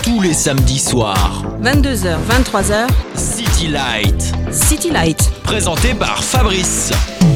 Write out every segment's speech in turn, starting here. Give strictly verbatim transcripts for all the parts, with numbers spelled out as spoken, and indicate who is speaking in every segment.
Speaker 1: tous les samedis soirs.
Speaker 2: vingt-deux heures, vingt-trois heures.
Speaker 1: City Light.
Speaker 2: City Light.
Speaker 1: Présenté par Fabrice.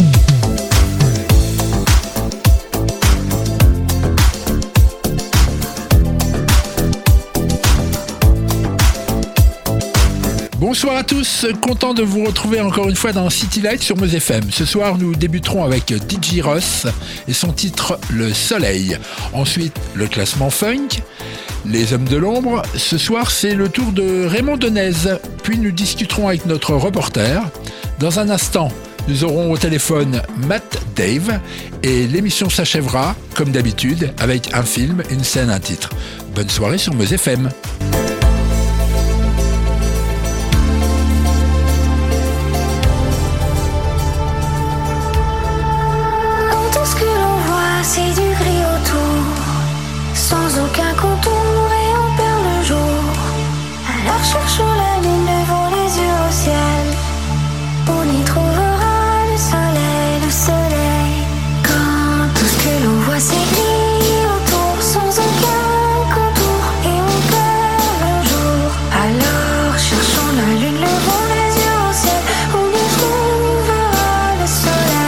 Speaker 3: Bonsoir à tous, content de vous retrouver encore une fois dans City Light sur Meuse F M. Ce soir, nous débuterons avec D J Ross et son titre Le Soleil. Ensuite, le classement funk, les hommes de l'ombre. Ce soir, c'est le tour de Raymond Denez. Puis nous discuterons avec notre reporter. Dans un instant, nous aurons au téléphone Matt Dave et l'émission s'achèvera, comme d'habitude, avec un film, une scène, un titre. Bonne soirée sur Meuse F M.
Speaker 4: C'est du gris autour, sans aucun contour et on perd le jour. Alors cherchons la lune devant les yeux au ciel. On y trouvera le soleil, le soleil. Quand tout ce que l'on voit c'est gris autour, sans aucun contour et on perd le jour. Alors cherchons la lune devant les yeux au ciel. On y trouvera le soleil.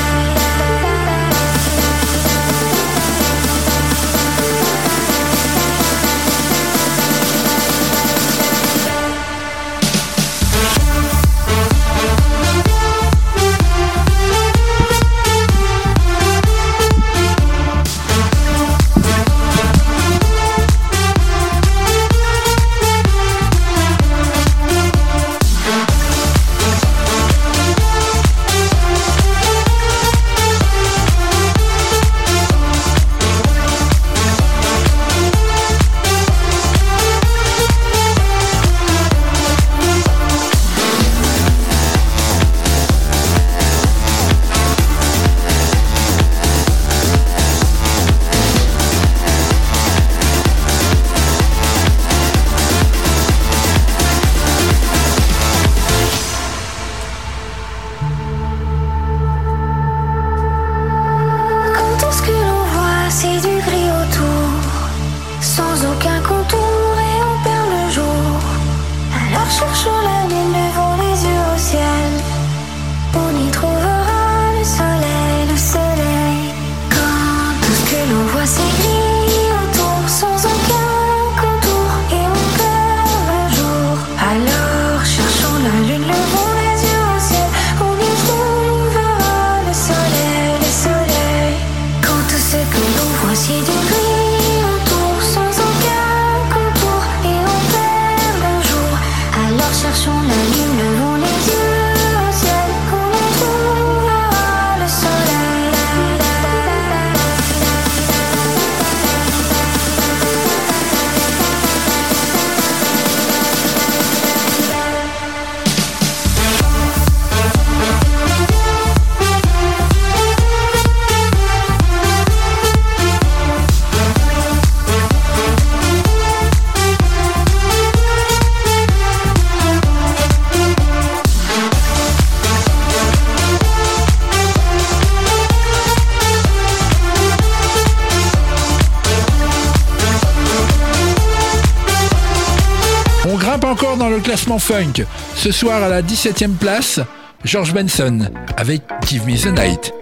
Speaker 3: Classement funk. Ce soir à la dix-septième place, George Benson avec Give Me the Night.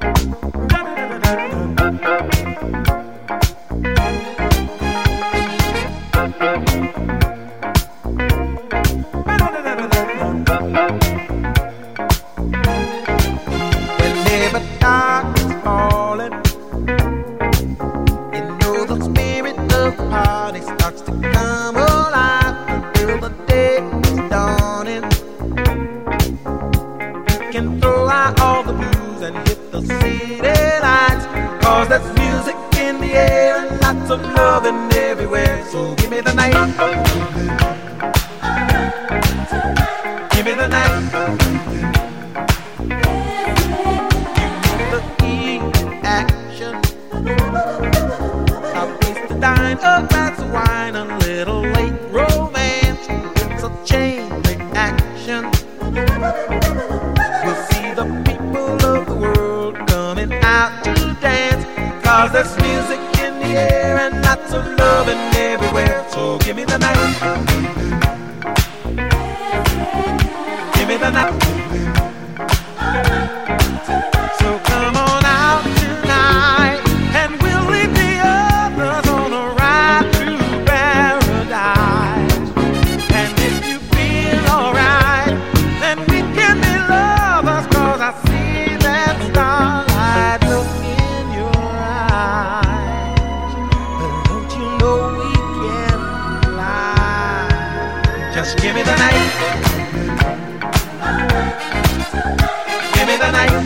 Speaker 5: Cause there's music in the air and lots of loving everywhere. So give Give me the night. Give me the night. So come on out tonight, and we'll leave the others on a ride to paradise. And if you feel alright, then we can be lovers, 'cause I see that starlight look in your eyes. But don't you know we can fly? Just give me the night. Give me the night.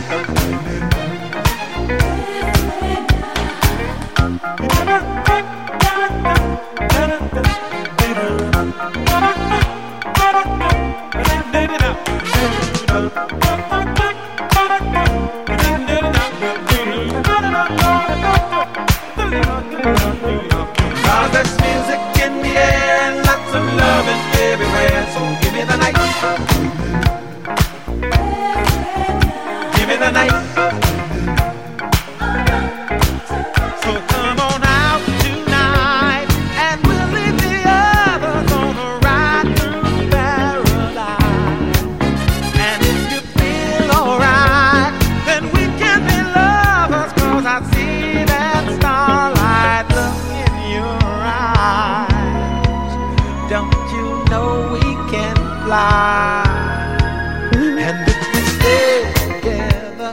Speaker 5: Cause there's music in the air and lots of loving everywhere. So give me the night. Give me the night. So come on out tonight, and we'll leave the others on a ride through paradise. And if you feel alright, then we can be lovers, 'cause I see that starlight look in your eyes. Don't you know we can fly? And if we stay together,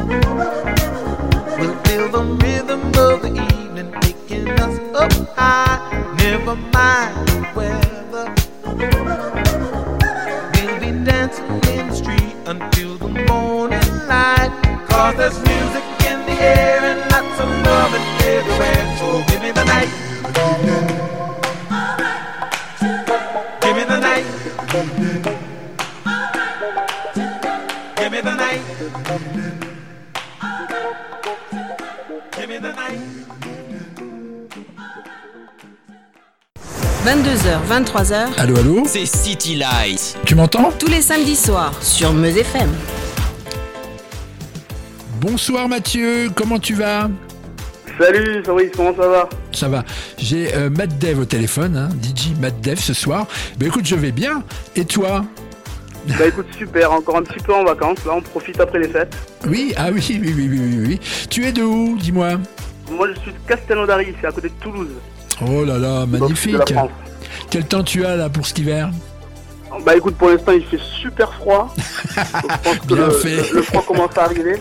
Speaker 5: we'll feel the rhythm of the evening taking us up high. Never mind the weather, we'll be dancing in the street until the morning light. 'Cause there's music in the air and lots of loving everywhere. So give me the night. Give me the night. Give me the night. Give me the night.
Speaker 2: vingt-deux heures, vingt-trois heures,
Speaker 3: Allô, allô?
Speaker 1: C'est City Light.
Speaker 3: Tu m'entends?
Speaker 2: tous les samedis soirs sur Meuse F M.
Speaker 3: Bonsoir Mathieu, comment tu vas?
Speaker 6: Salut Fabrice, comment ça va?
Speaker 3: Ça va. J'ai euh, Matt Dev au téléphone, hein, D J Matt Dev ce soir. Ben écoute, je vais bien. Et toi?
Speaker 6: Bah écoute, super, encore un petit peu en vacances, là on profite après les fêtes.
Speaker 3: Oui, ah oui, oui, oui, oui, oui, oui. Tu es de où? Dis-moi.
Speaker 6: Moi je suis de Castelnaudary, c'est à côté de Toulouse.
Speaker 3: Oh là là,
Speaker 6: Donc,
Speaker 3: magnifique.
Speaker 6: de la France.
Speaker 3: Quel temps tu as là pour cet hiver?
Speaker 6: Bah écoute, pour l'instant il fait super froid. Donc, je pense que
Speaker 3: Bien
Speaker 6: le,
Speaker 3: fait.
Speaker 6: le, le froid commence à arriver.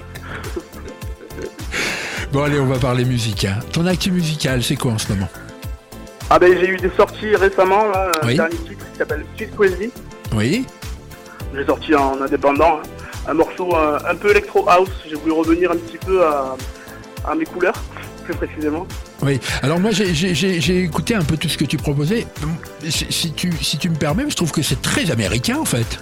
Speaker 3: Bon allez, on va parler musique. Hein. Ton actu musical, c'est quoi en ce moment?
Speaker 6: Ah bah j'ai eu des sorties récemment, là, un
Speaker 3: Oui.
Speaker 6: dernier titre qui s'appelle Sweet Crazy.
Speaker 3: Oui.
Speaker 6: J'ai sorti en indépendant, hein. Un morceau euh, un peu electro house, j'ai voulu revenir un petit peu à, à mes couleurs, plus précisément.
Speaker 3: Oui, alors moi j'ai, j'ai, j'ai, j'ai écouté un peu tout ce que tu proposais. Si, si, tu, si tu me permets, je trouve que c'est très américain en fait.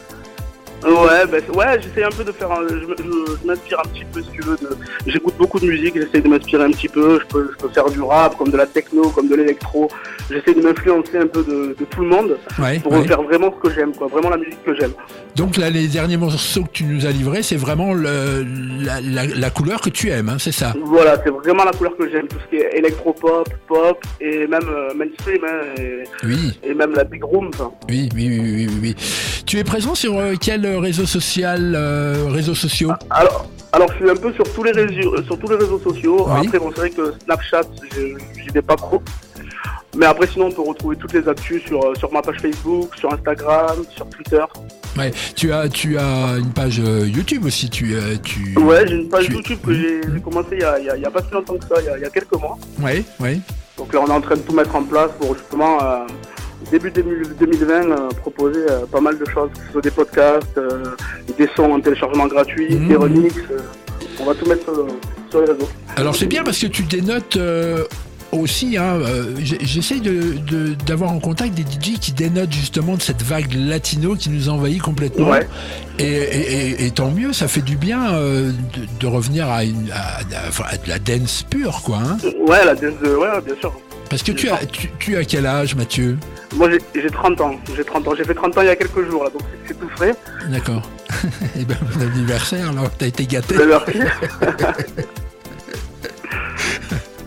Speaker 6: Ouais, bah, ouais, j'essaie un peu de faire, un, je, je, je m'inspire un petit peu si tu veux, de, j'écoute beaucoup de musique, j'essaie de m'inspirer un petit peu, je peux, je peux faire du rap, comme de la techno, comme de l'électro, j'essaie de m'influencer un peu de, de tout le monde,
Speaker 3: Ouais,
Speaker 6: pour
Speaker 3: ouais.
Speaker 6: faire vraiment ce que j'aime, quoi, vraiment la musique que j'aime.
Speaker 3: Donc là, les derniers morceaux que tu nous as livrés, c'est vraiment le, la, la, la couleur que tu aimes, hein, c'est ça?
Speaker 6: Voilà, c'est vraiment la couleur que j'aime, tout ce qui est électro-pop, pop, et même euh, mainstream, hein, et,
Speaker 3: Oui,
Speaker 6: et même la big room, enfin.
Speaker 3: oui, oui, oui, oui, oui, oui. Tu es présent sur euh, quel réseau social, euh, réseaux sociaux?
Speaker 6: Alors, alors je suis un peu sur tous les réseaux, sur tous les réseaux sociaux.
Speaker 3: Oui.
Speaker 6: Après, bon, c'est vrai que Snapchat, je- j'y vais pas trop. Mais après, sinon, on peut retrouver toutes les actus sur, euh, sur ma page Facebook, sur Instagram, sur Twitter.
Speaker 3: Ouais, tu as, tu as une page euh, YouTube aussi, tu, euh, tu...
Speaker 6: Ouais, j'ai une page
Speaker 3: tu-
Speaker 6: YouTube que j'ai j'ai commencé il y, a, il, y a, il y a pas si longtemps que ça, il y a, il y a quelques mois.
Speaker 3: Ouais, ouais.
Speaker 6: Donc là, on est en train de tout mettre en place pour justement, euh, début deux mille vingt, euh, proposer euh, pas mal de choses, que ce soit des podcasts, euh, des sons en téléchargement gratuit,
Speaker 3: Mmh.
Speaker 6: des remixes. euh, on va tout mettre euh, sur les réseaux.
Speaker 3: Alors c'est bien parce que tu dénotes euh, aussi, hein, euh, j'ai- j'essaye de, de- d'avoir en contact des D J qui dénotent justement de cette vague latino qui nous envahit complètement.
Speaker 6: Ouais.
Speaker 3: Et, et- et- et tant mieux, ça fait du bien euh, de, de revenir à, une, à, à- à de la dance pure, quoi. Hein.
Speaker 6: Ouais, la dance de... Ouais, bien sûr.
Speaker 3: Parce que tu as, tu, tu as quel âge, Mathieu?
Speaker 6: Moi, j'ai j'ai trente ans. J'ai trente ans. J'ai fait trente ans il y a quelques jours, là, donc c'est- c'est tout frais.
Speaker 3: D'accord. Et ben mon anniversaire, alors t'as été gâté.
Speaker 6: Vous avez repris.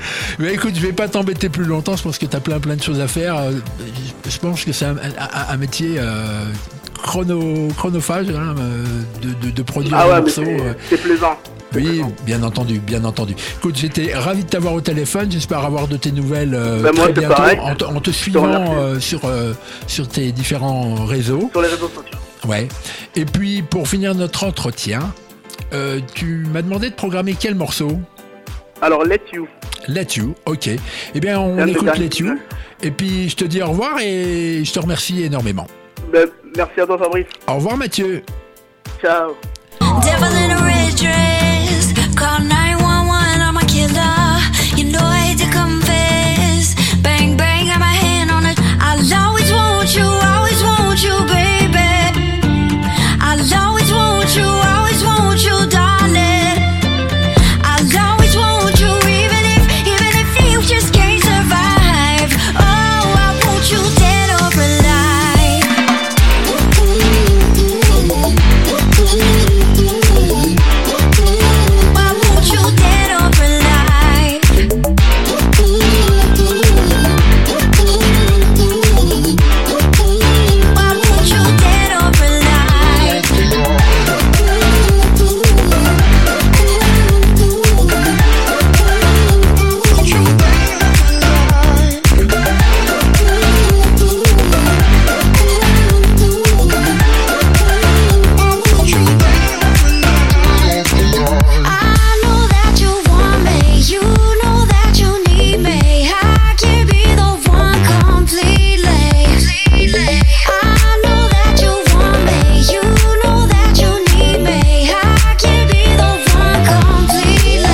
Speaker 3: Mais écoute, je vais pas t'embêter plus longtemps, je pense que tu as plein plein de choses à faire. Euh, Je pense que c'est un, un- un métier euh, chrono, chronophage hein, euh, de, de, de produire
Speaker 6: Ah
Speaker 3: un
Speaker 6: ouais, mais
Speaker 3: morceau.
Speaker 6: c'est
Speaker 3: euh.
Speaker 6: c'est plaisant. C'est
Speaker 3: Oui,
Speaker 6: plaisant.
Speaker 3: bien entendu, bien entendu. Écoute, j'étais ravi de t'avoir au téléphone. J'espère avoir de tes nouvelles euh,
Speaker 6: Ben, moi,
Speaker 3: très
Speaker 6: c'est
Speaker 3: bientôt
Speaker 6: pareil.
Speaker 3: en te, en te
Speaker 6: remercie.
Speaker 3: suivant euh, sur, euh, sur tes différents réseaux.
Speaker 6: Sur les réseaux sociaux.
Speaker 3: Ouais. Et puis, pour finir notre entretien, euh, tu m'as demandé de programmer quel morceau?
Speaker 6: Alors, Let You.
Speaker 3: Let You, ok. Eh bien, on
Speaker 6: Un de
Speaker 3: écoute
Speaker 6: derniers
Speaker 3: Let You.
Speaker 6: singles.
Speaker 3: Et puis, je te dis au revoir et je te remercie énormément.
Speaker 6: Ben, merci à toi, Fabrice.
Speaker 3: Au revoir, Mathieu.
Speaker 6: Ciao.
Speaker 7: Devil in a red dress, call nine one one, I'm a killer. You know I hate to confess. Bang bang, got my hand on it. I'll always want you, always want you, baby. I'll always want you, always want you, darling. I'll always want you, even if, even if you just can't survive. Oh, I want you dead or alive. I want you dead or alive. I want you dead or alive. I know that you want me, you know that you need me. I can't be the one completely. I know that you want me, you know that you need me. I can't be the one completely.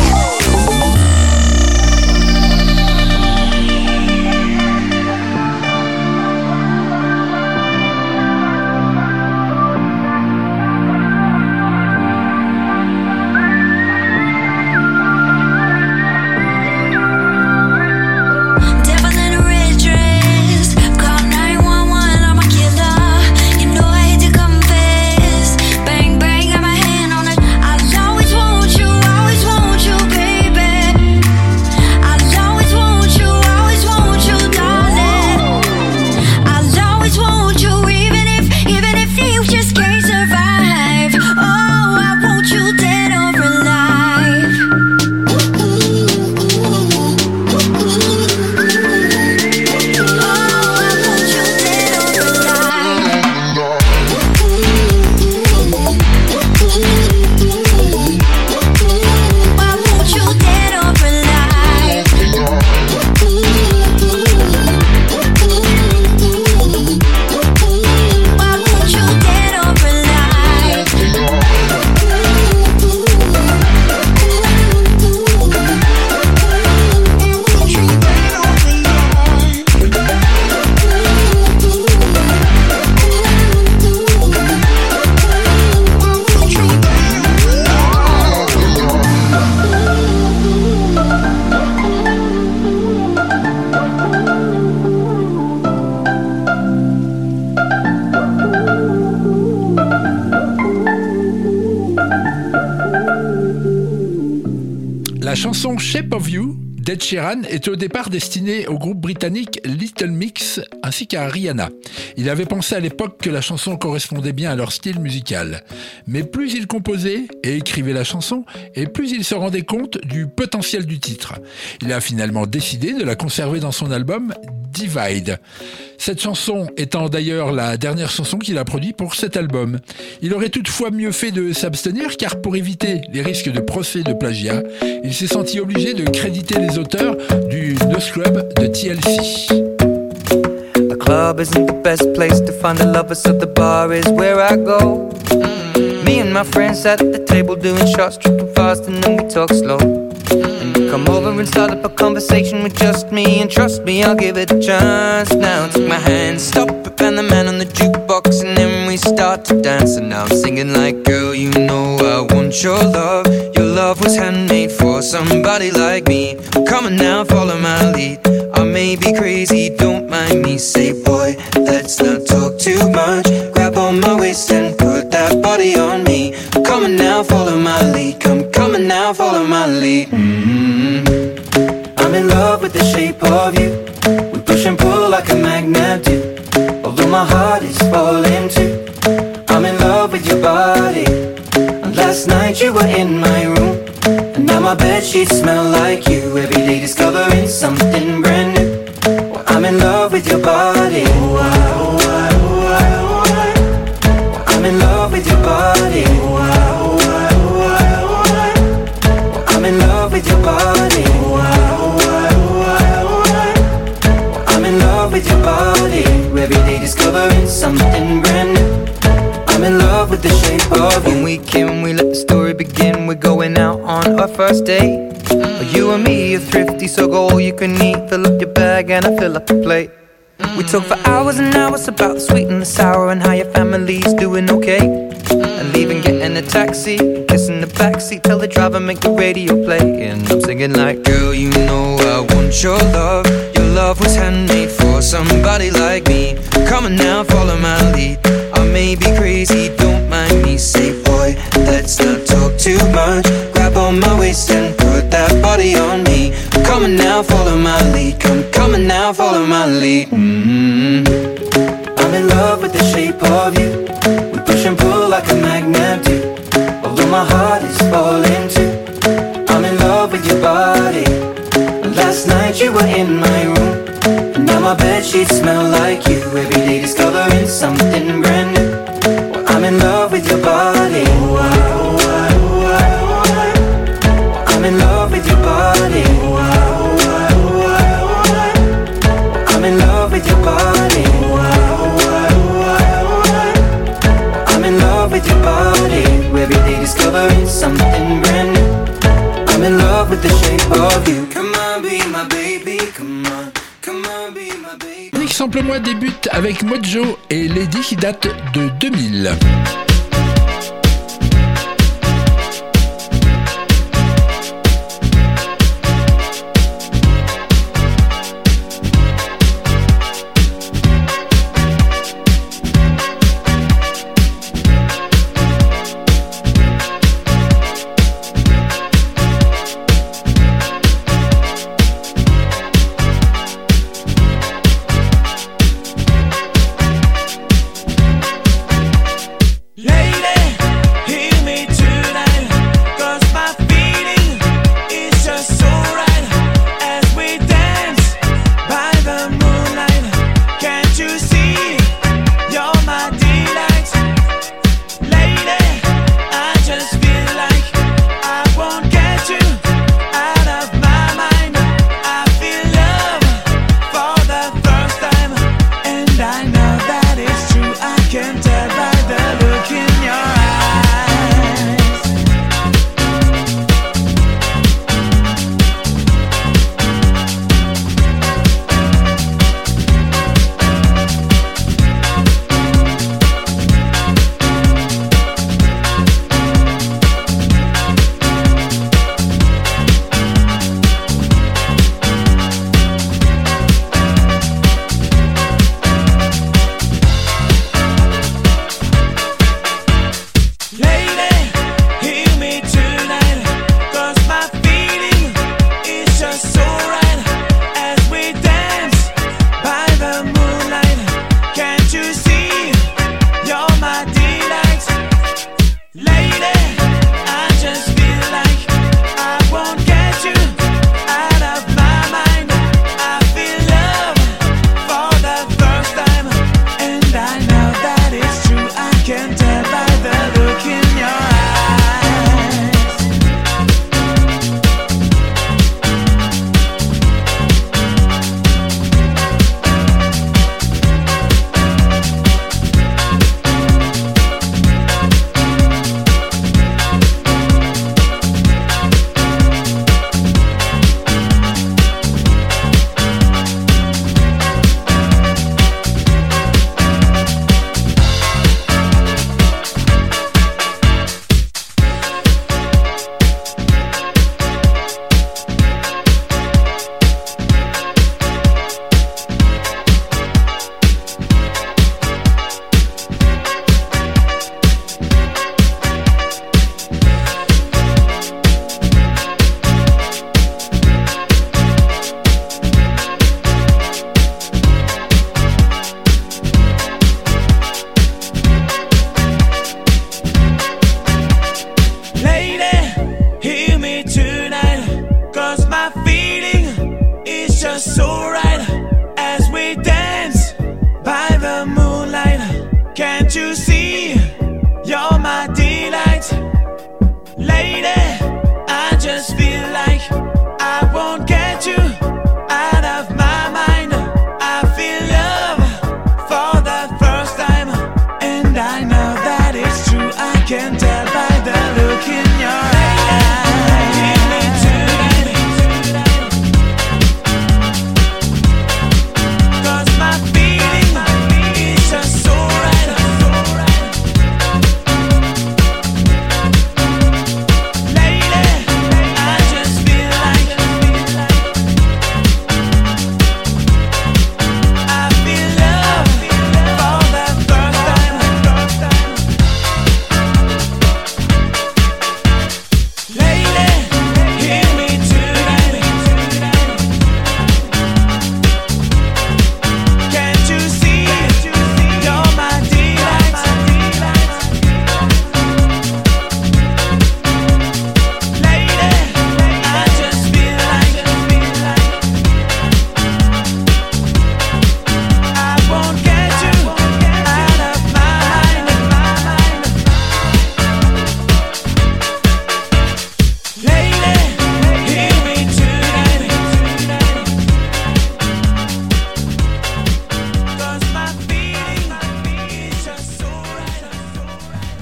Speaker 7: Devil in a red dress, call nine one one, I'm a killer. You know I hate to confess. Bang bang, got my hand on it. I'll always want you, always want you, baby. I'll always want you, always want you, darling. I'll always want you, even if, even if you just can't survive. Oh, I want you dead or alive. Oh, I want you dead or alive. I want you dead or alive. I want you dead or alive.
Speaker 3: La chanson Shape of You d'Ed Sheeran est au départ destinée au groupe britannique Little Mix ainsi qu'à Rihanna. Il avait pensé à l'époque que la chanson correspondait bien à leur style musical. Mais plus il composait et écrivait la chanson, et plus il se rendait compte du potentiel du titre. Il a finalement décidé de la conserver dans son album Divide. Cette chanson étant d'ailleurs la dernière chanson qu'il a produite pour cet album. Il aurait toutefois mieux fait de s'abstenir car pour éviter les risques de procès de plagiat, il s'est senti obligé de créditer les auteurs du No Scrub de T L C.
Speaker 8: The club isn't the best place to find a lover, so the bar is where I go. Me and my friends at the table doing shots, tripping fast, and then we talk slow. And you come over and start up a conversation with just me, and trust me, I'll give it a chance. Now take my hand, stop it, and the man on the jukebox, and then we start to dance. And now I'm singing like, girl, you know I want your love. Your love was handmade for somebody like me. Come on now, follow my lead. I may be crazy, don't mind me. Say, boy, let's not talk too much. Grab on my waist and put that body on me. Come on now, follow my lead. Come, come on now, follow my lead. Mm-hmm. I'm in love. although my heart is falling too. I'm in love with your body. And last night you were in my room, and now my bedsheets smell like you. Every day discovering something brand new. Well, I'm in love with your body. Oh, I, oh, I, oh, I, oh, I. Well, I'm in love with your body. Oh, I, oh, I, oh, I, oh, I. Well, I'm in love with your body. Oh, I, oh, I, oh, I, oh, I. Well, I'm in love with your body. Every day discovering something brand new. I'm in love with the shape of you. When we came, we let the story begin. We're going out on our first date. mm. You and me are thrifty, so go all you can eat. Fill up your bag and I fill up the plate. mm. We talk for hours and hours about the sweet and the sour, and how your family's doing okay. mm. And leaving, getting a taxi, kissing the backseat, tell the driver make the radio play. And I'm singing like, girl, you know I want your love. Your love was handmade for somebody like me. Come on now, follow my lead. I may be crazy, don't mind me. Say, boy, let's not talk too much. Grab on my waist and put that body on me. Come on now, follow my lead. Come, come on now, follow my lead. mm-hmm. I'm in love with the shape of you. We push and pull like a magnet do. Although my heart is falling too. I'm in love with your body. Last night you were in my room, and now my bedsheets smell like you. Every day discovering something brand new. Well, I'm in love with your body. Oh, I, oh, I, oh, I, oh, I. Well, I'm in love with your body. Oh, I, oh, I, oh, I, oh, I. Well, I'm in love with your body. Oh, I, oh, I, oh, I, oh, I. Well, I'm in love with your body. Every day discovering something brand new. I'm in love with the shape of you. Come on, be my baby, come on, come on, be my baby.
Speaker 3: Nick Sample-moi débute avec Mojo et Lady qui date de deux mille.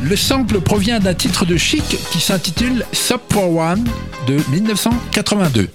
Speaker 3: Le sample provient d'un titre de Chic qui s'intitule Sub for One de dix-neuf cent quatre-vingt-deux.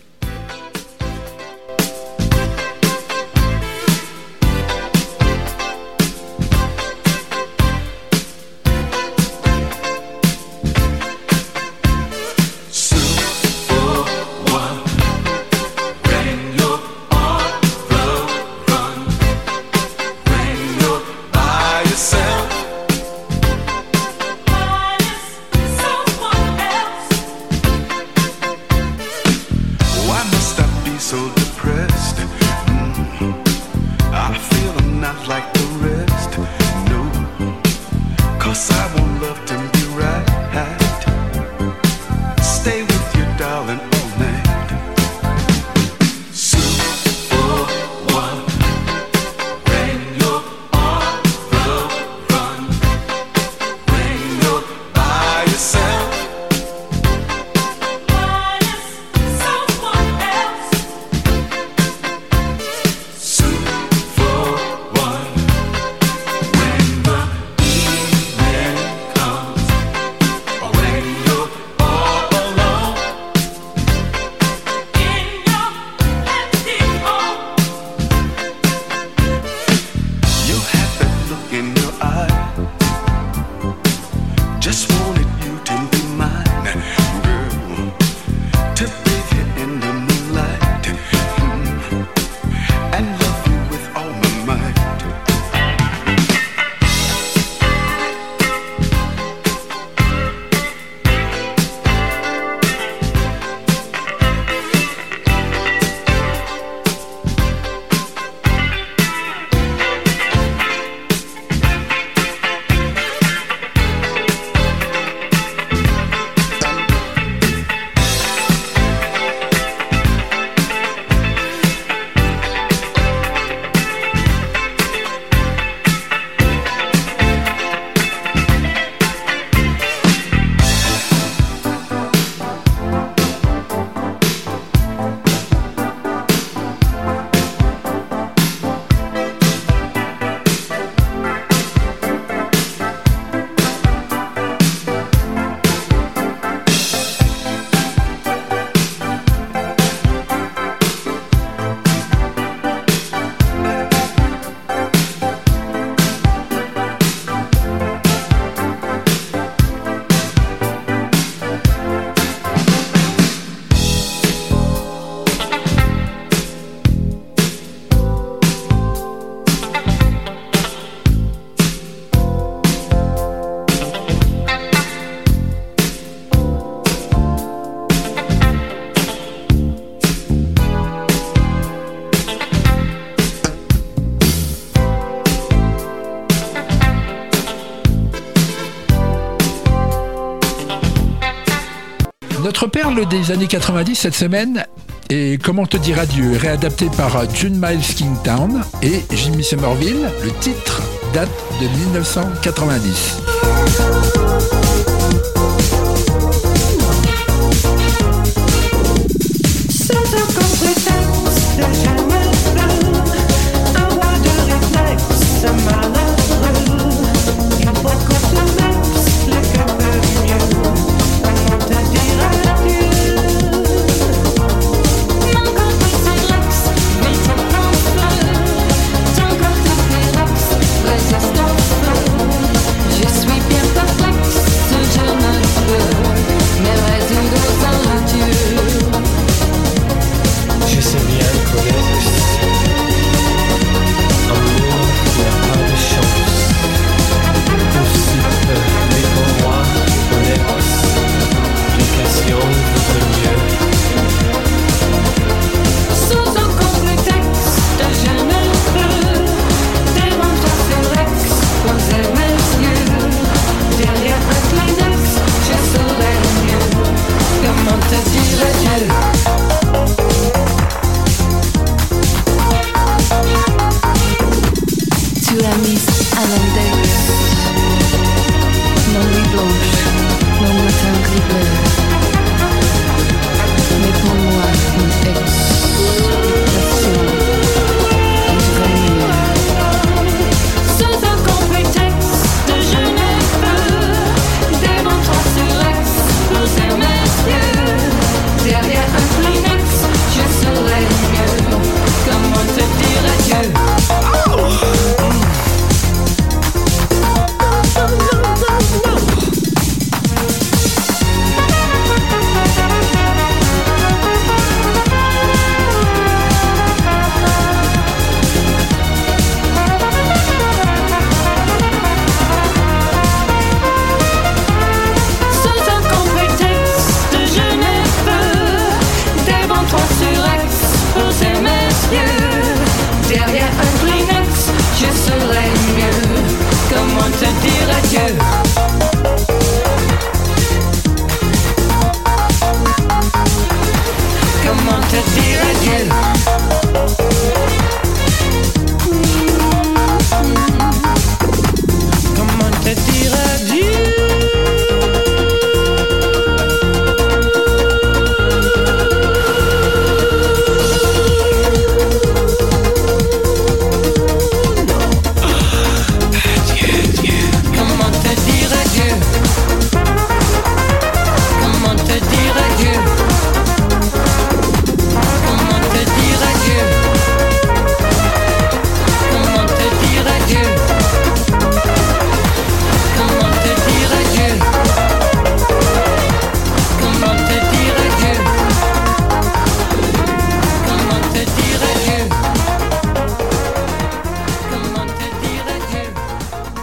Speaker 3: Notre perle des années quatre-vingt-dix cette semaine est Comment te dire adieu, réadapté par June Miles Kingtown et Jimmy Somerville. Le titre date de dix-neuf cent quatre-vingt-dix.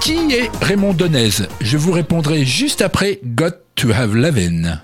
Speaker 3: Qui est Raymond Donez? Je vous répondrai juste après Got to Have Lovin'.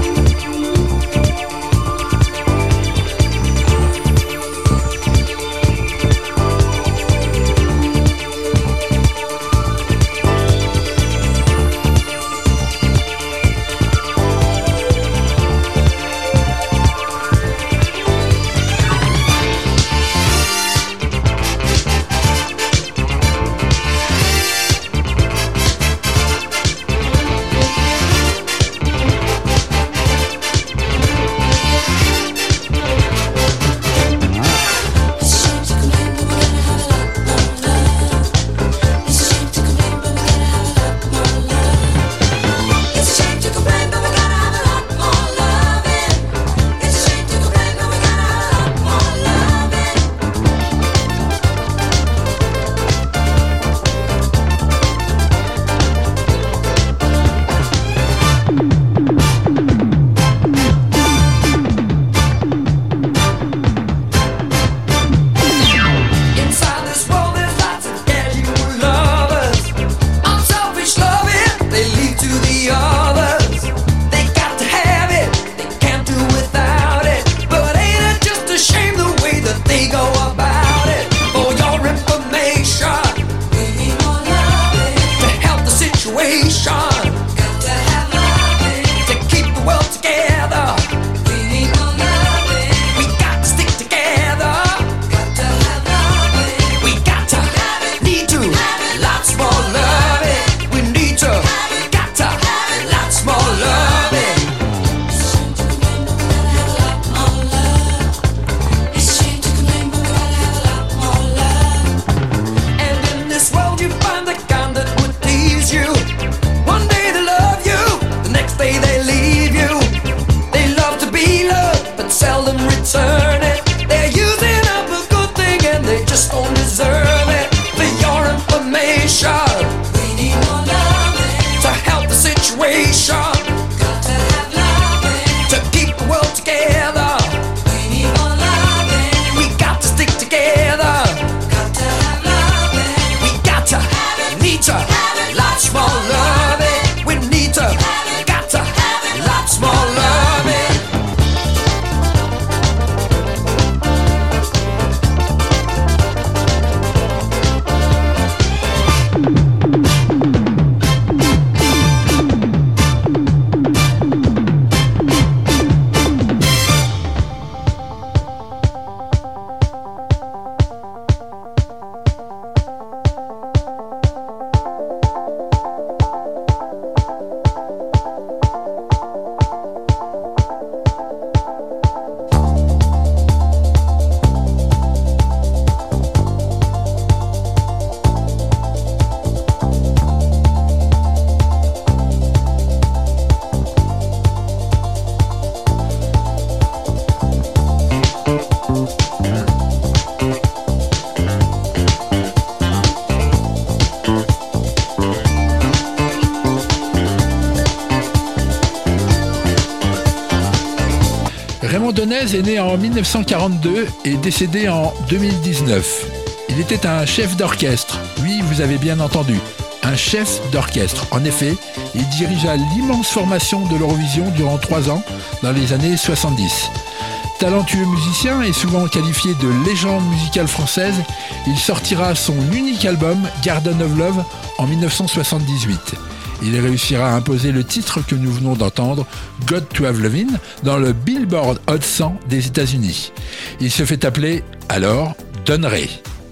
Speaker 3: Raymond Donez est né en mille neuf cent quarante-deux et décédé en deux mille dix-neuf. Il était un chef d'orchestre. Oui, vous avez bien entendu, un chef d'orchestre. En effet, il dirigea l'immense formation de l'Eurovision durant trois ans dans les années soixante-dix. Talentueux musicien et souvent qualifié de légende musicale française, il sortira son unique album Garden of Love en mille neuf cent soixante-dix-huit. Il réussira à imposer le titre que nous venons d'entendre, Got to Have Lovin', dans le Billboard Hot cent des États-Unis. Il se fait appeler alors Don Ray.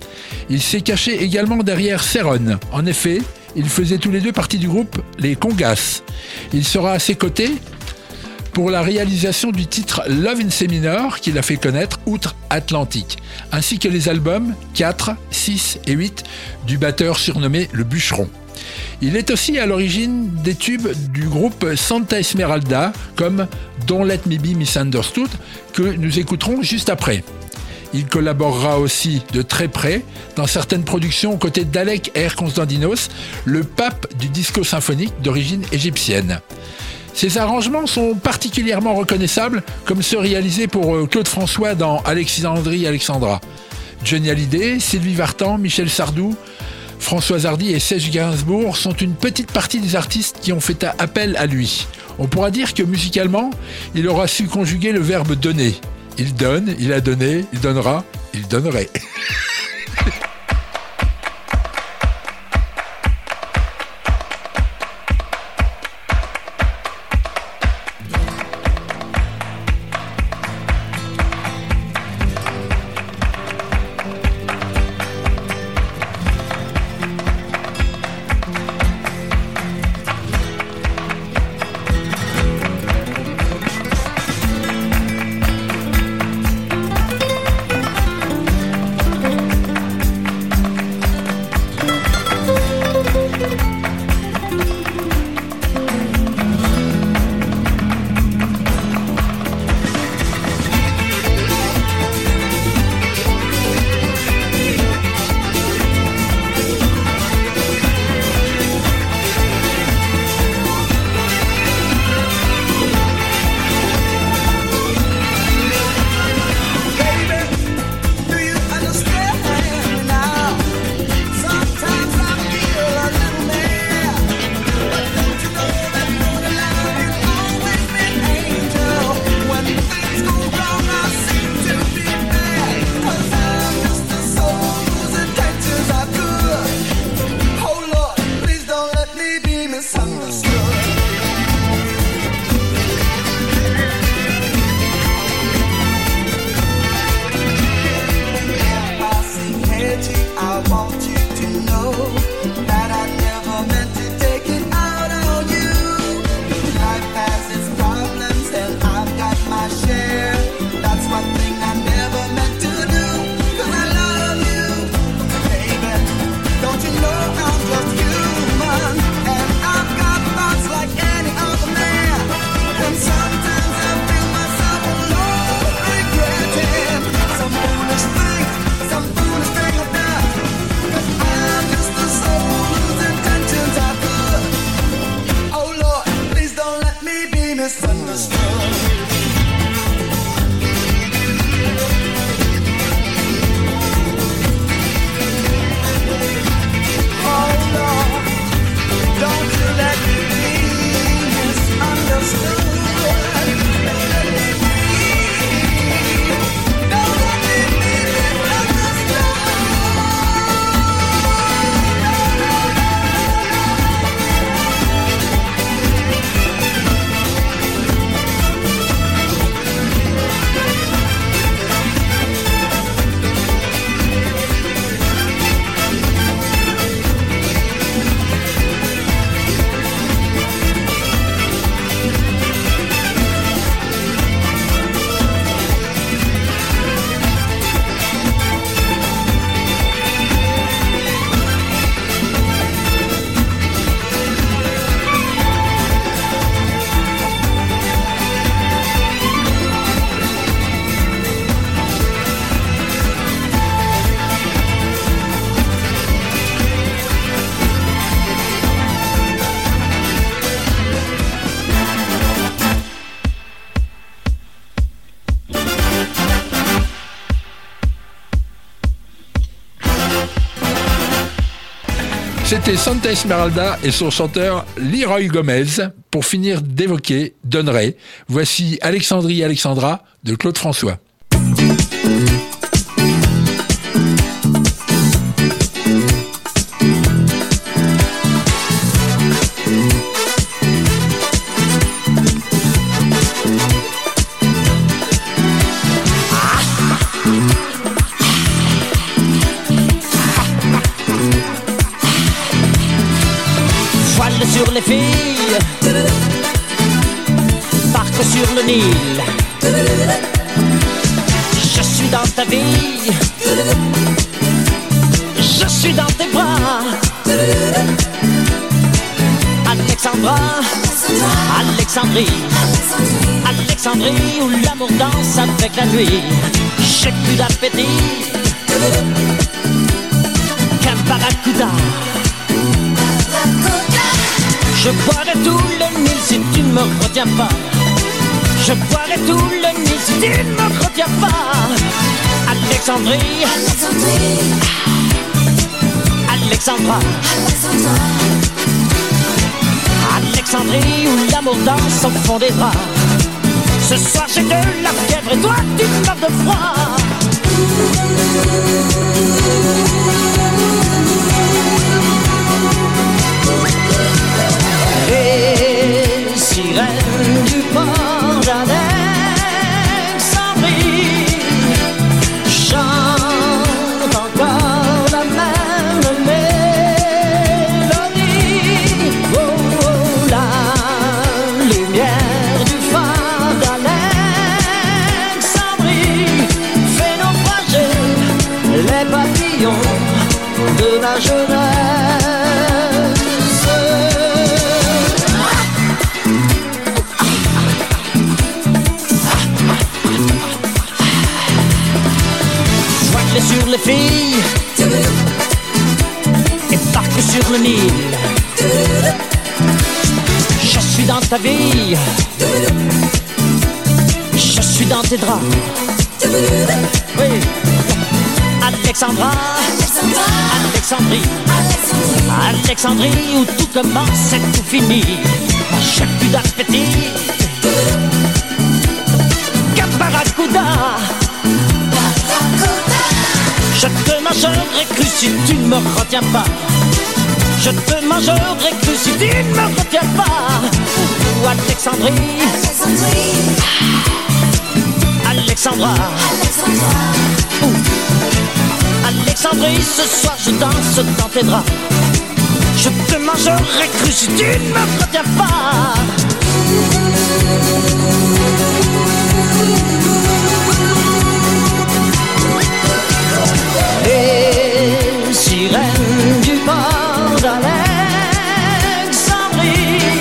Speaker 3: Il s'est caché également derrière Céron. En effet, ils faisaient tous les deux partie du groupe Les Congas. Il sera à ses côtés pour la réalisation du titre Love in C minor qu'il a fait connaître outre-Atlantique, ainsi que les albums quatre, six et huit du batteur surnommé Le Bûcheron. Il est aussi à l'origine des tubes du groupe Santa Esmeralda, comme Don't Let Me Be Misunderstood, que nous écouterons juste après. Il collaborera aussi de très près dans certaines productions aux côtés d'Alec R. Konstantinos, le pape du disco symphonique d'origine égyptienne. Ses arrangements sont particulièrement reconnaissables, comme ceux réalisés pour Claude François dans Alexandrie Alexandra. Johnny Hallyday, Sylvie Vartan, Michel Sardou, Françoise Hardy et Serge Gainsbourg sont une petite partie des artistes qui ont fait appel à lui. On pourra dire que musicalement, il aura su conjuguer le verbe donner. Il donne, il a donné, il donnera, il donnerait. C'était Santa Esmeralda et son chanteur Leroy Gomez pour finir d'évoquer Donneray. Voici Alexandrie Alexandra de Claude François.
Speaker 9: Sur les filles, barque sur le Nil. Je suis dans ta vie, je suis dans tes bras. Alexandra, Alexandrie, Alexandrie où l'amour danse avec la nuit. J'ai plus d'appétit qu'un barracuda. Je boirai tout le Nil si tu ne me retiens pas. Je boirai tout le Nil si tu ne me retiens pas. Alexandrie, Alexandrie, Alexandra, Alexandrie où l'amour danse au fond des draps. Ce soir j'ai de la fièvre et toi tu meurs de froid. Les sirènes du port d'Alexandrie chantent encore la même mélodie. Oh, oh, la lumière du phare d'Alexandrie fait naufrager les papillons de la jeunesse. Sur les filles et parque sur le Nil. Je suis dans ta vie, je suis dans tes draps. Oui. Alexandra, Alexandrie, Alexandrie où tout commence et tout finit. J'ai plus d'appétit. Caparacuda. Je te mangerai cru si tu ne me retiens pas. Je te mangerai cru si tu ne me retiens pas. Ou Alexandrie, Alexandra, Ouh. Alexandrie, ce soir je danse dans tes draps. Je te mangerai cru si tu ne me retiens pas. Les sirènes du port d'Alexandrie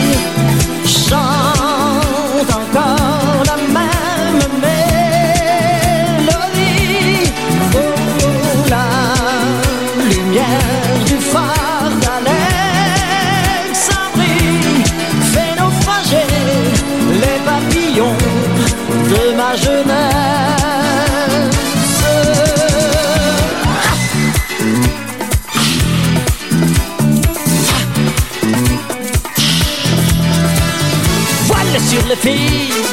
Speaker 9: chantent encore la même mélodie. Oh, la lumière du phare d'Alexandrie fait naufrager les papillons de ma jeunesse. Sur les filles,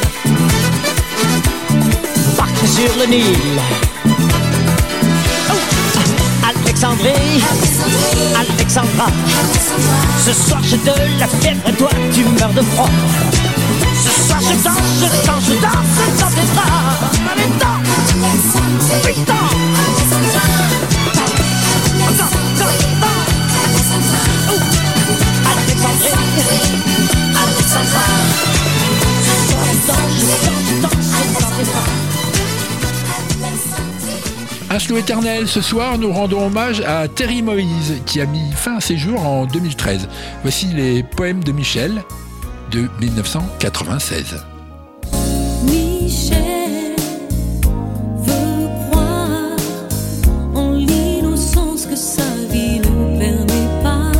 Speaker 9: parque sur le Nil. Oh. Alexandrie, Alexandra, ce soir j'ai de la fièvre et toi tu meurs de froid. Ce soir je danse, je danse, je danse dans tes bras. Allez, danse, putain. Danse, danse, danse. Oh. Alexandrie, Alexandra.
Speaker 3: Un slow éternel, ce soir nous rendons hommage à Terry Moïse qui a mis fin à ses jours en deux mille treize. Voici les poèmes de Michel de dix-neuf cent quatre-vingt-seize.
Speaker 10: Michel veut croire en l'innocence que sa vie ne permet pas.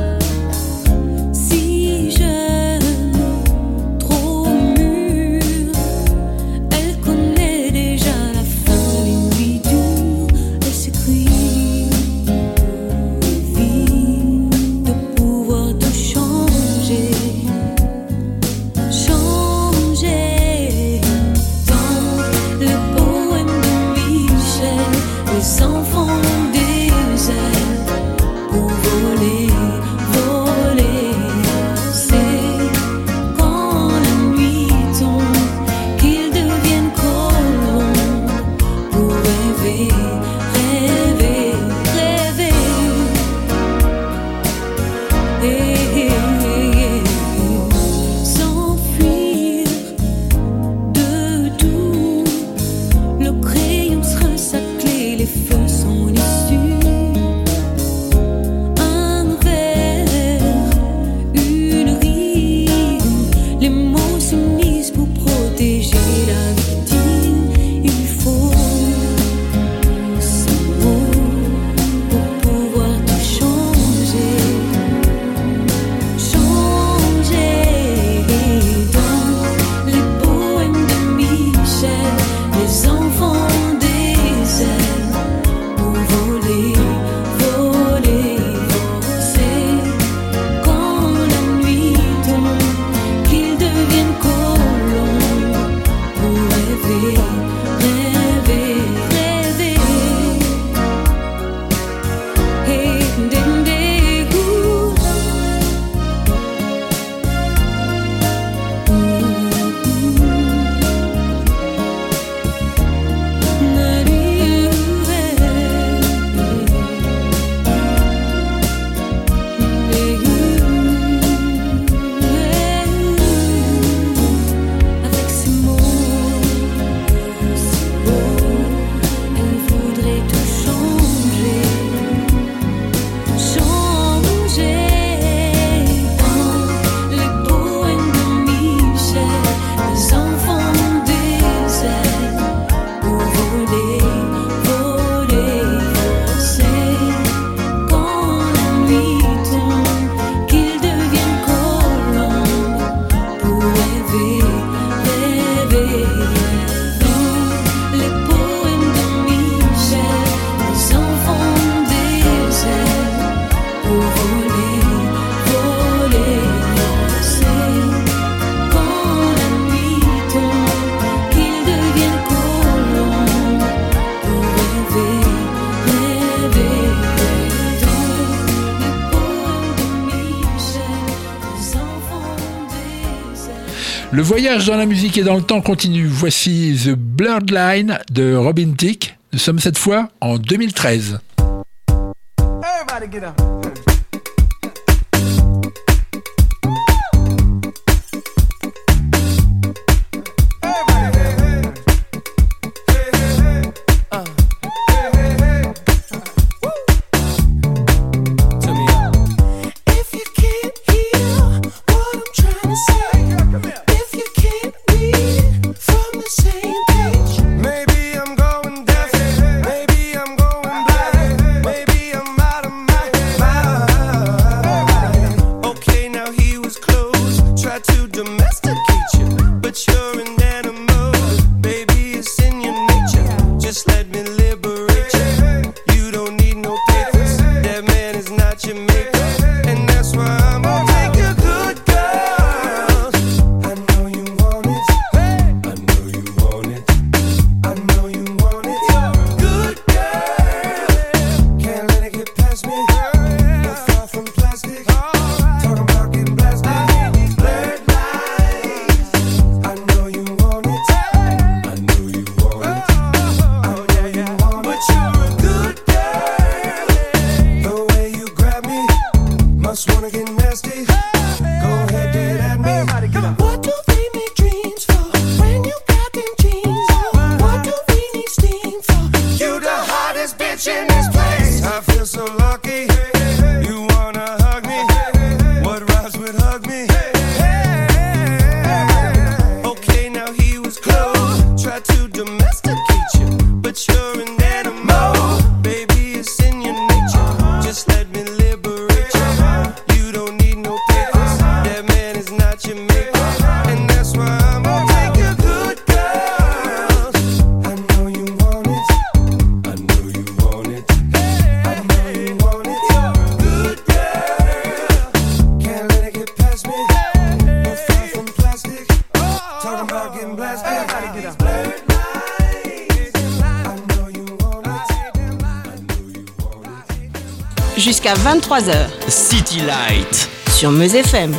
Speaker 10: Si jeune, trop mûre, elle connaît déjà la fin. Les nuits dures, elle s'écrit vie de pouvoir tout changer. Changer
Speaker 3: Le voyage dans la musique et dans le temps continue. Voici The Blurred Line de Robin Thicke. Nous sommes cette fois en deux mille treize.
Speaker 5: Everybody get up.
Speaker 2: Jusqu'à vingt-trois heures
Speaker 1: City Light.
Speaker 2: sur Meuse F M.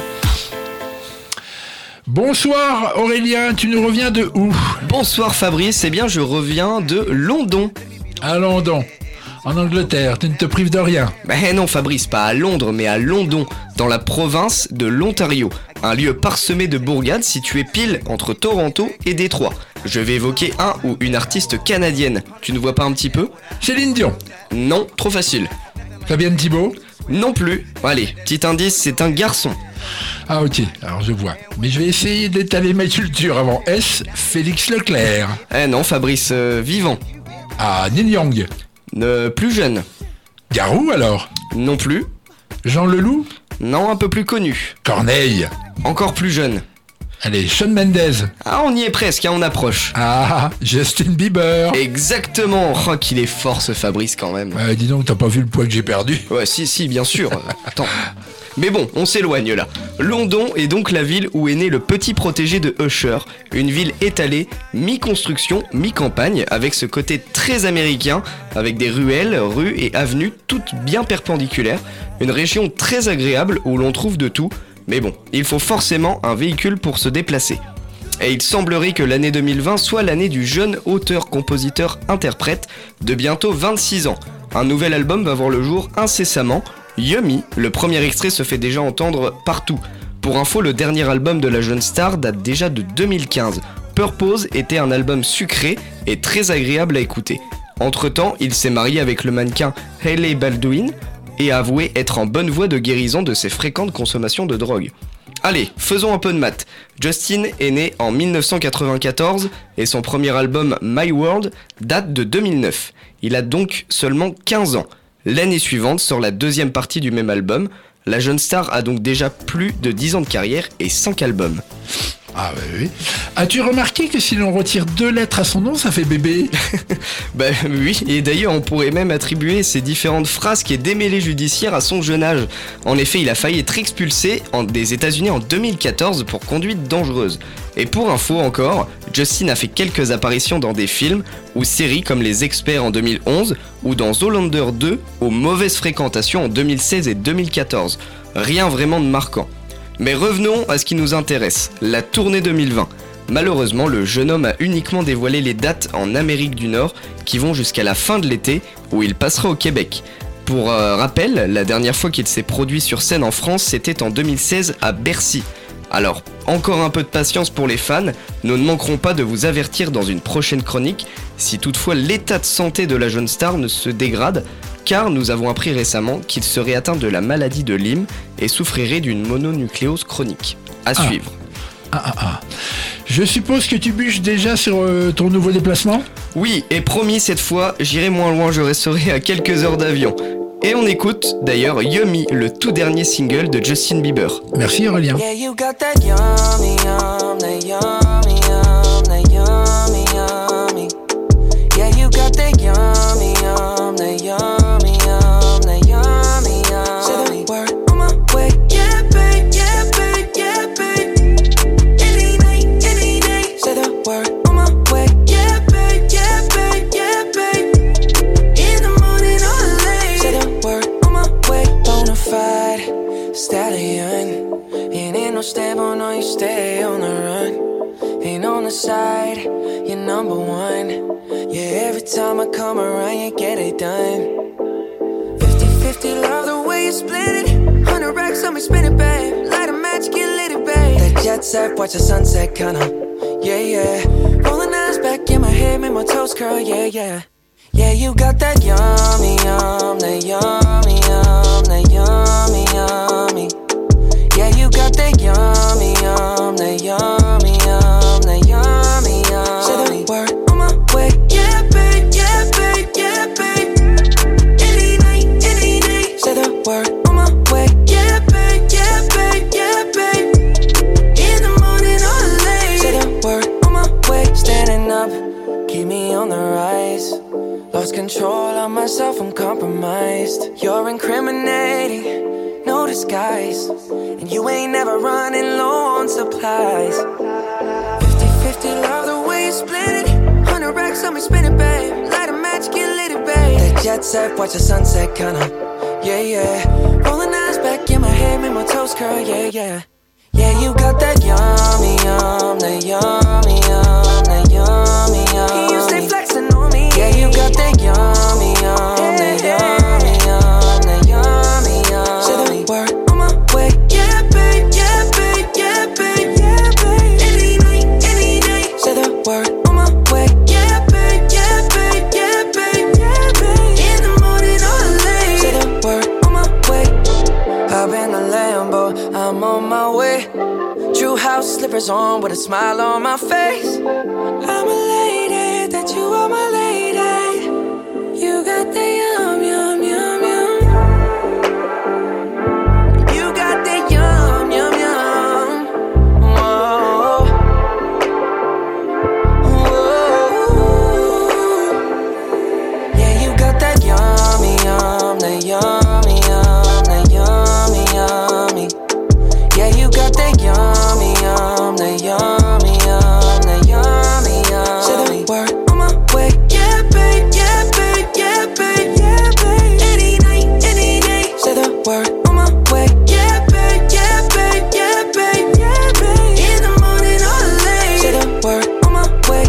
Speaker 3: Bonsoir Aurélien, tu nous reviens de où?
Speaker 11: Bonsoir Fabrice, eh bien je reviens de London.
Speaker 3: À London, en Angleterre, tu ne te prives de rien.
Speaker 11: Ben non Fabrice, pas à Londres mais à London, dans la province de l'Ontario. Un lieu parsemé de bourgades situé pile entre Toronto et Détroit. Je vais évoquer un ou une artiste canadienne. Tu ne vois pas un petit peu?
Speaker 3: Céline Dion.
Speaker 11: Non, trop facile.
Speaker 3: Fabienne Thibault.
Speaker 11: Non plus. Allez, petit indice, c'est un garçon.
Speaker 3: Ah ok, alors je vois. Mais je vais essayer d'étaler ma culture avant. S. Félix Leclerc.
Speaker 11: Eh non Fabrice, euh, vivant.
Speaker 3: Ah, Neil Young.
Speaker 11: Euh, plus jeune.
Speaker 3: Garou alors.
Speaker 11: Non plus.
Speaker 3: Jean Leloup.
Speaker 11: Non, un peu plus connu.
Speaker 3: Corneille.
Speaker 11: Encore plus jeune.
Speaker 3: Allez, Shawn Mendes.
Speaker 11: Ah, on y est presque, hein, on approche.
Speaker 3: Ah, Justin Bieber.
Speaker 11: Exactement. Oh, qu'il est fort ce Fabrice quand même.
Speaker 3: Ouais, dis donc, t'as pas vu le poids que j'ai perdu?
Speaker 11: Ouais, si, si, bien sûr. Euh, Attends. Mais bon, on s'éloigne là. London est donc la ville où est né le petit protégé de Usher. Une ville étalée, mi-construction, mi-campagne, avec ce côté très américain, avec des ruelles, rues et avenues toutes bien perpendiculaires. Une région très agréable où l'on trouve de tout. Mais bon, il faut forcément un véhicule pour se déplacer. Et il semblerait que l'année deux mille vingt soit l'année du jeune auteur-compositeur-interprète de bientôt vingt-six ans. Un nouvel album va voir le jour incessamment. Yummy, le premier extrait se fait déjà entendre partout. Pour info, le dernier album de la jeune star date déjà de deux mille quinze. Purpose était un album sucré et très agréable à écouter. Entre-temps, il s'est marié avec le mannequin Hailey Baldwin et a avoué être en bonne voie de guérison de ses fréquentes consommations de drogue. Allez, faisons un peu de maths. Justin est né en dix-neuf cent quatre-vingt-quatorze et son premier album My World date de deux mille neuf. Il a donc seulement quinze ans. L'année suivante sort la deuxième partie du même album. La jeune star a donc déjà plus de dix ans de carrière et cinq albums.
Speaker 3: Ah bah oui. As-tu remarqué que si l'on retire deux lettres à son nom, ça fait bébé?
Speaker 11: Bah oui, et d'ailleurs on pourrait même attribuer ces différentes frasques et démêlés judiciaires à son jeune âge. En effet, il a failli être expulsé en- des États-Unis en deux mille quatorze pour conduite dangereuse. Et pour info encore, Justin a fait quelques apparitions dans des films ou séries comme Les Experts en deux mille onze ou dans Zoolander deux aux mauvaises fréquentations en deux mille seize et deux mille quatorze. Rien vraiment de marquant. Mais revenons à ce qui nous intéresse, la tournée deux mille vingt. Malheureusement, le jeune homme a uniquement dévoilé les dates en Amérique du Nord qui vont jusqu'à la fin de l'été où il passera au Québec. Pour euh, rappel, la dernière fois qu'il s'est produit sur scène en France, c'était en deux mille seize à Bercy. Alors, encore un peu de patience pour les fans, nous ne manquerons pas de vous avertir dans une prochaine chronique si toutefois l'état de santé de la jeune star ne se dégrade, car nous avons appris récemment qu'il serait atteint de la maladie de Lyme et souffrirait d'une mononucléose chronique. À
Speaker 3: Ah.
Speaker 11: suivre.
Speaker 3: Ah, ah, ah. Je suppose que tu bûches déjà sur euh, ton nouveau déplacement ?
Speaker 11: Oui, et promis, cette fois, j'irai moins loin, je resterai à quelques heures d'avion. Et on écoute d'ailleurs Yummy, le tout dernier single de Justin Bieber.
Speaker 3: Merci Aurélien.
Speaker 12: Yeah, you got that yummy, yum, that yummy, yum, that yummy, yummy. Yeah, you got that yummy, yum, that yummy, yum, that yummy, yummy. Say the word on my way. Yeah, babe, yeah, babe, yeah, babe. Any night, any day. Say the word on my way. Yeah, babe, yeah, babe, yeah, babe. In the morning or late. Say the word on my way. Bonafide stallion. Ain't in no stable, no, you stay on the run. Ain't on the side, you're number one. Yeah, every time I come around, you get it done. Fifty-fifty, love the way you split it. Hundred racks on me, spin it, babe. Light a match, get lit, babe. That jet set, watch the sunset, kinda. Yeah, yeah. Rolling eyes back in my head, make my toes curl, yeah, yeah. Yeah, you got that yummy, yum, that yummy, yum, that yummy, yummy. Yeah, you got that yummy, yum, that yummy, yum, that yummy, yummy. Say the word on my way. Yeah, babe, yeah, babe, yeah, babe. Any night, any day. Say the word on my way. Yeah, babe, yeah, babe, yeah, babe. In the morning or late. Say the word on my way. Standing up, keep me on the rise. Lost control of myself, I'm compromised. You're incriminating, no disguise. And you ain't never running low on supplies. Fifty-fifty, love the way you split it. Hundred racks on me, spin it, babe. Light a match, get lit, babe. That jet set, watch the sunset, kinda. Yeah, yeah. Rolling eyes back in my head, make my toes curl, yeah, yeah. Yeah, you got that yummy, yum, that yummy, yum, that yummy, yum. You stay flexing on me. Yeah, you got that yummy, yum, that yummy, yum, that yummy, yum. Say the word on my way. Yeah, babe, yeah, babe, yeah, babe, yeah, babe. Any night, any day. Say the word on my way. Yeah, babe, yeah, babe, yeah, babe, yeah, babe. In the morning or late. Say the word on my way. Hop in the Lambo, I'm on my way. True house slippers on with a smile on my face. I'm elated that you are my lady. You got the yum, yum, yum, yum. You got the yum, yum, yum. Whoa. Whoa. Yeah, you got that yummy, yum, that yummy, yum, that yummy, yummy. Yeah, you got that yummy, yum, that yummy, yum, that yummy, yum. Say the word on my way. Yeah, babe, yeah, babe, yeah, babe, yeah, babe. Any night, any day. Say the word on my way. Yeah, babe, yeah, babe, yeah, babe, yeah, babe. In the morning or late. Say the word on my way.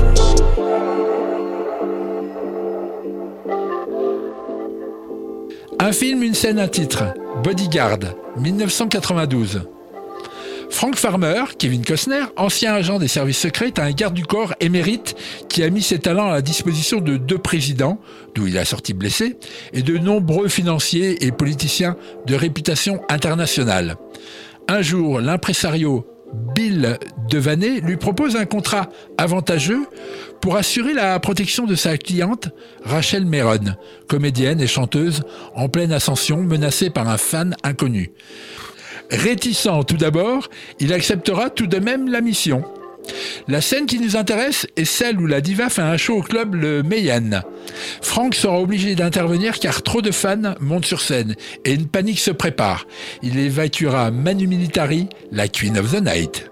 Speaker 3: Un film, une scène, un titre. Bodyguard, dix-neuf cent quatre-vingt-douze. Frank Farmer, Kevin Costner, ancien agent des services secrets, est un garde du corps émérite qui a mis ses talents à la disposition de deux présidents, d'où il a sorti blessé, et de nombreux financiers et politiciens de réputation internationale. Un jour, l'impresario Bill Devaney lui propose un contrat avantageux pour assurer la protection de sa cliente Rachel Meron, comédienne et chanteuse en pleine ascension menacée par un fan inconnu. Réticent tout d'abord, il acceptera tout de même la mission. La scène qui nous intéresse est celle où la diva fait un show au club le Mayenne. Frank sera obligé d'intervenir car trop de fans montent sur scène et une panique se prépare. Il évacuera Manu Militari, la Queen of the Night.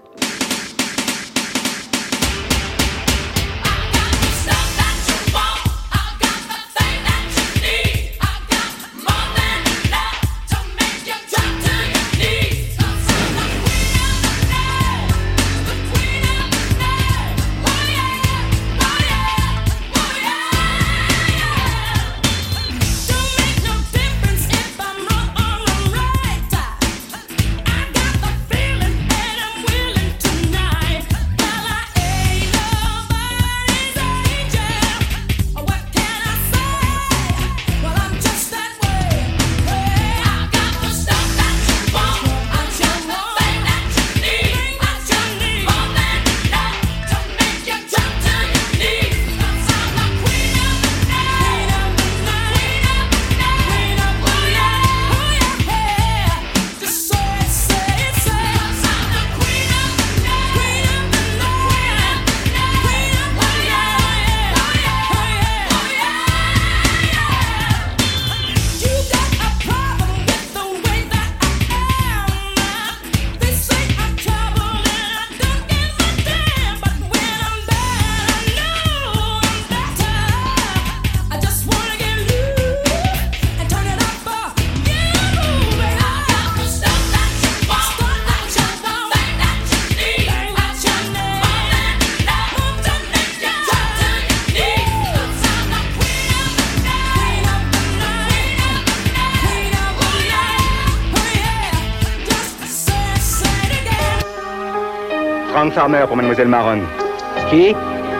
Speaker 13: Frank Farmer pour Mademoiselle Marron.
Speaker 14: Qui?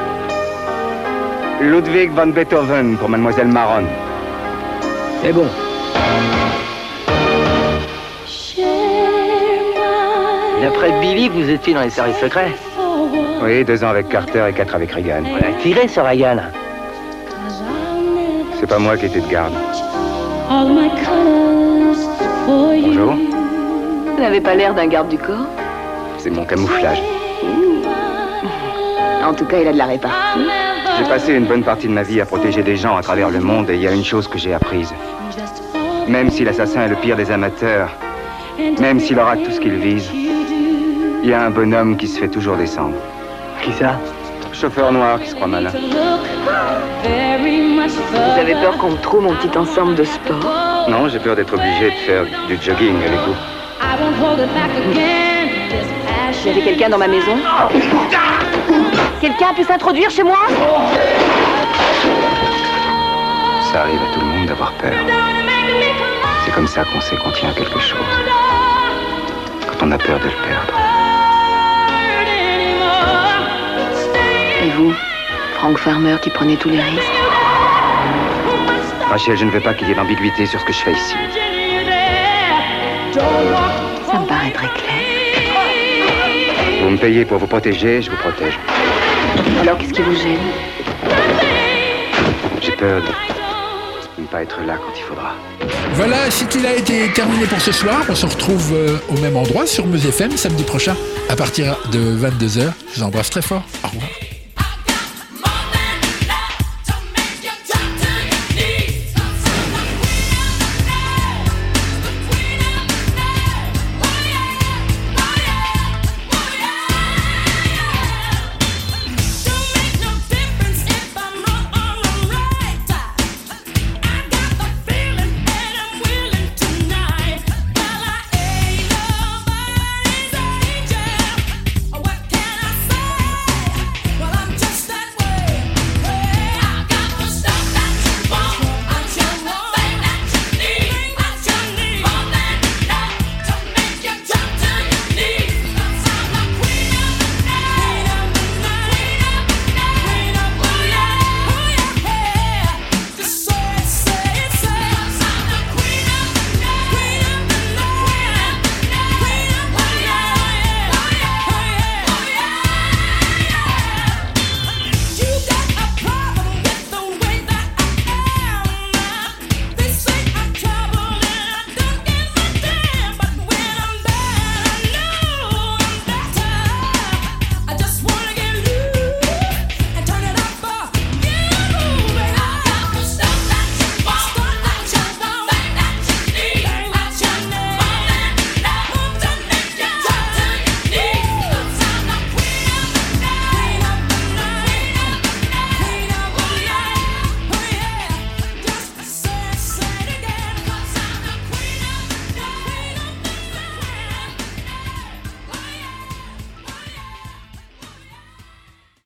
Speaker 13: Ludwig van Beethoven pour Mademoiselle Marron.
Speaker 14: C'est bon. D'après Billy, vous étiez dans les services secrets.
Speaker 13: Oui, deux ans avec Carter et quatre avec Reagan.
Speaker 14: On a tiré sur Reagan.
Speaker 13: C'est pas moi qui étais de garde. Bonjour.
Speaker 15: Vous n'avez pas l'air d'un garde du corps.
Speaker 13: C'est mon camouflage.
Speaker 15: En tout cas, il a de la répartie.
Speaker 13: J'ai passé une bonne partie de ma vie à protéger des gens à travers le monde et il y a une chose que j'ai apprise. Même si l'assassin est le pire des amateurs, même s'il aura tout ce qu'il vise, il y a un bonhomme qui se fait toujours descendre.
Speaker 14: Qui ça?
Speaker 13: Chauffeur noir qui se croit malin.
Speaker 15: Vous avez peur qu'on me trouve mon petit ensemble de sport?
Speaker 13: Non, j'ai peur d'être obligé de faire du jogging avec vous.
Speaker 15: Il y avait quelqu'un dans ma maison? Quelqu'un peut s'introduire chez moi?
Speaker 13: Ça arrive à tout le monde d'avoir peur. C'est comme ça qu'on sait qu'on tient à quelque chose. Quand on a peur de le perdre.
Speaker 15: Et vous, Frank Farmer qui prenait tous les risques?
Speaker 13: Rachel, je ne veux pas qu'il y ait d'ambiguïté sur ce que je fais ici.
Speaker 15: Ça me paraît très clair.
Speaker 13: Vous me payez pour vous protéger, je vous protège.
Speaker 15: Alors qu'est-ce qui vous gêne?
Speaker 13: J'ai peur de ne pas être là quand il faudra.
Speaker 3: Voilà, City Light est terminé pour ce soir. On se retrouve euh, au même endroit sur Meuse F M samedi prochain à partir de vingt-deux heures. Je vous embrasse très fort. Au revoir.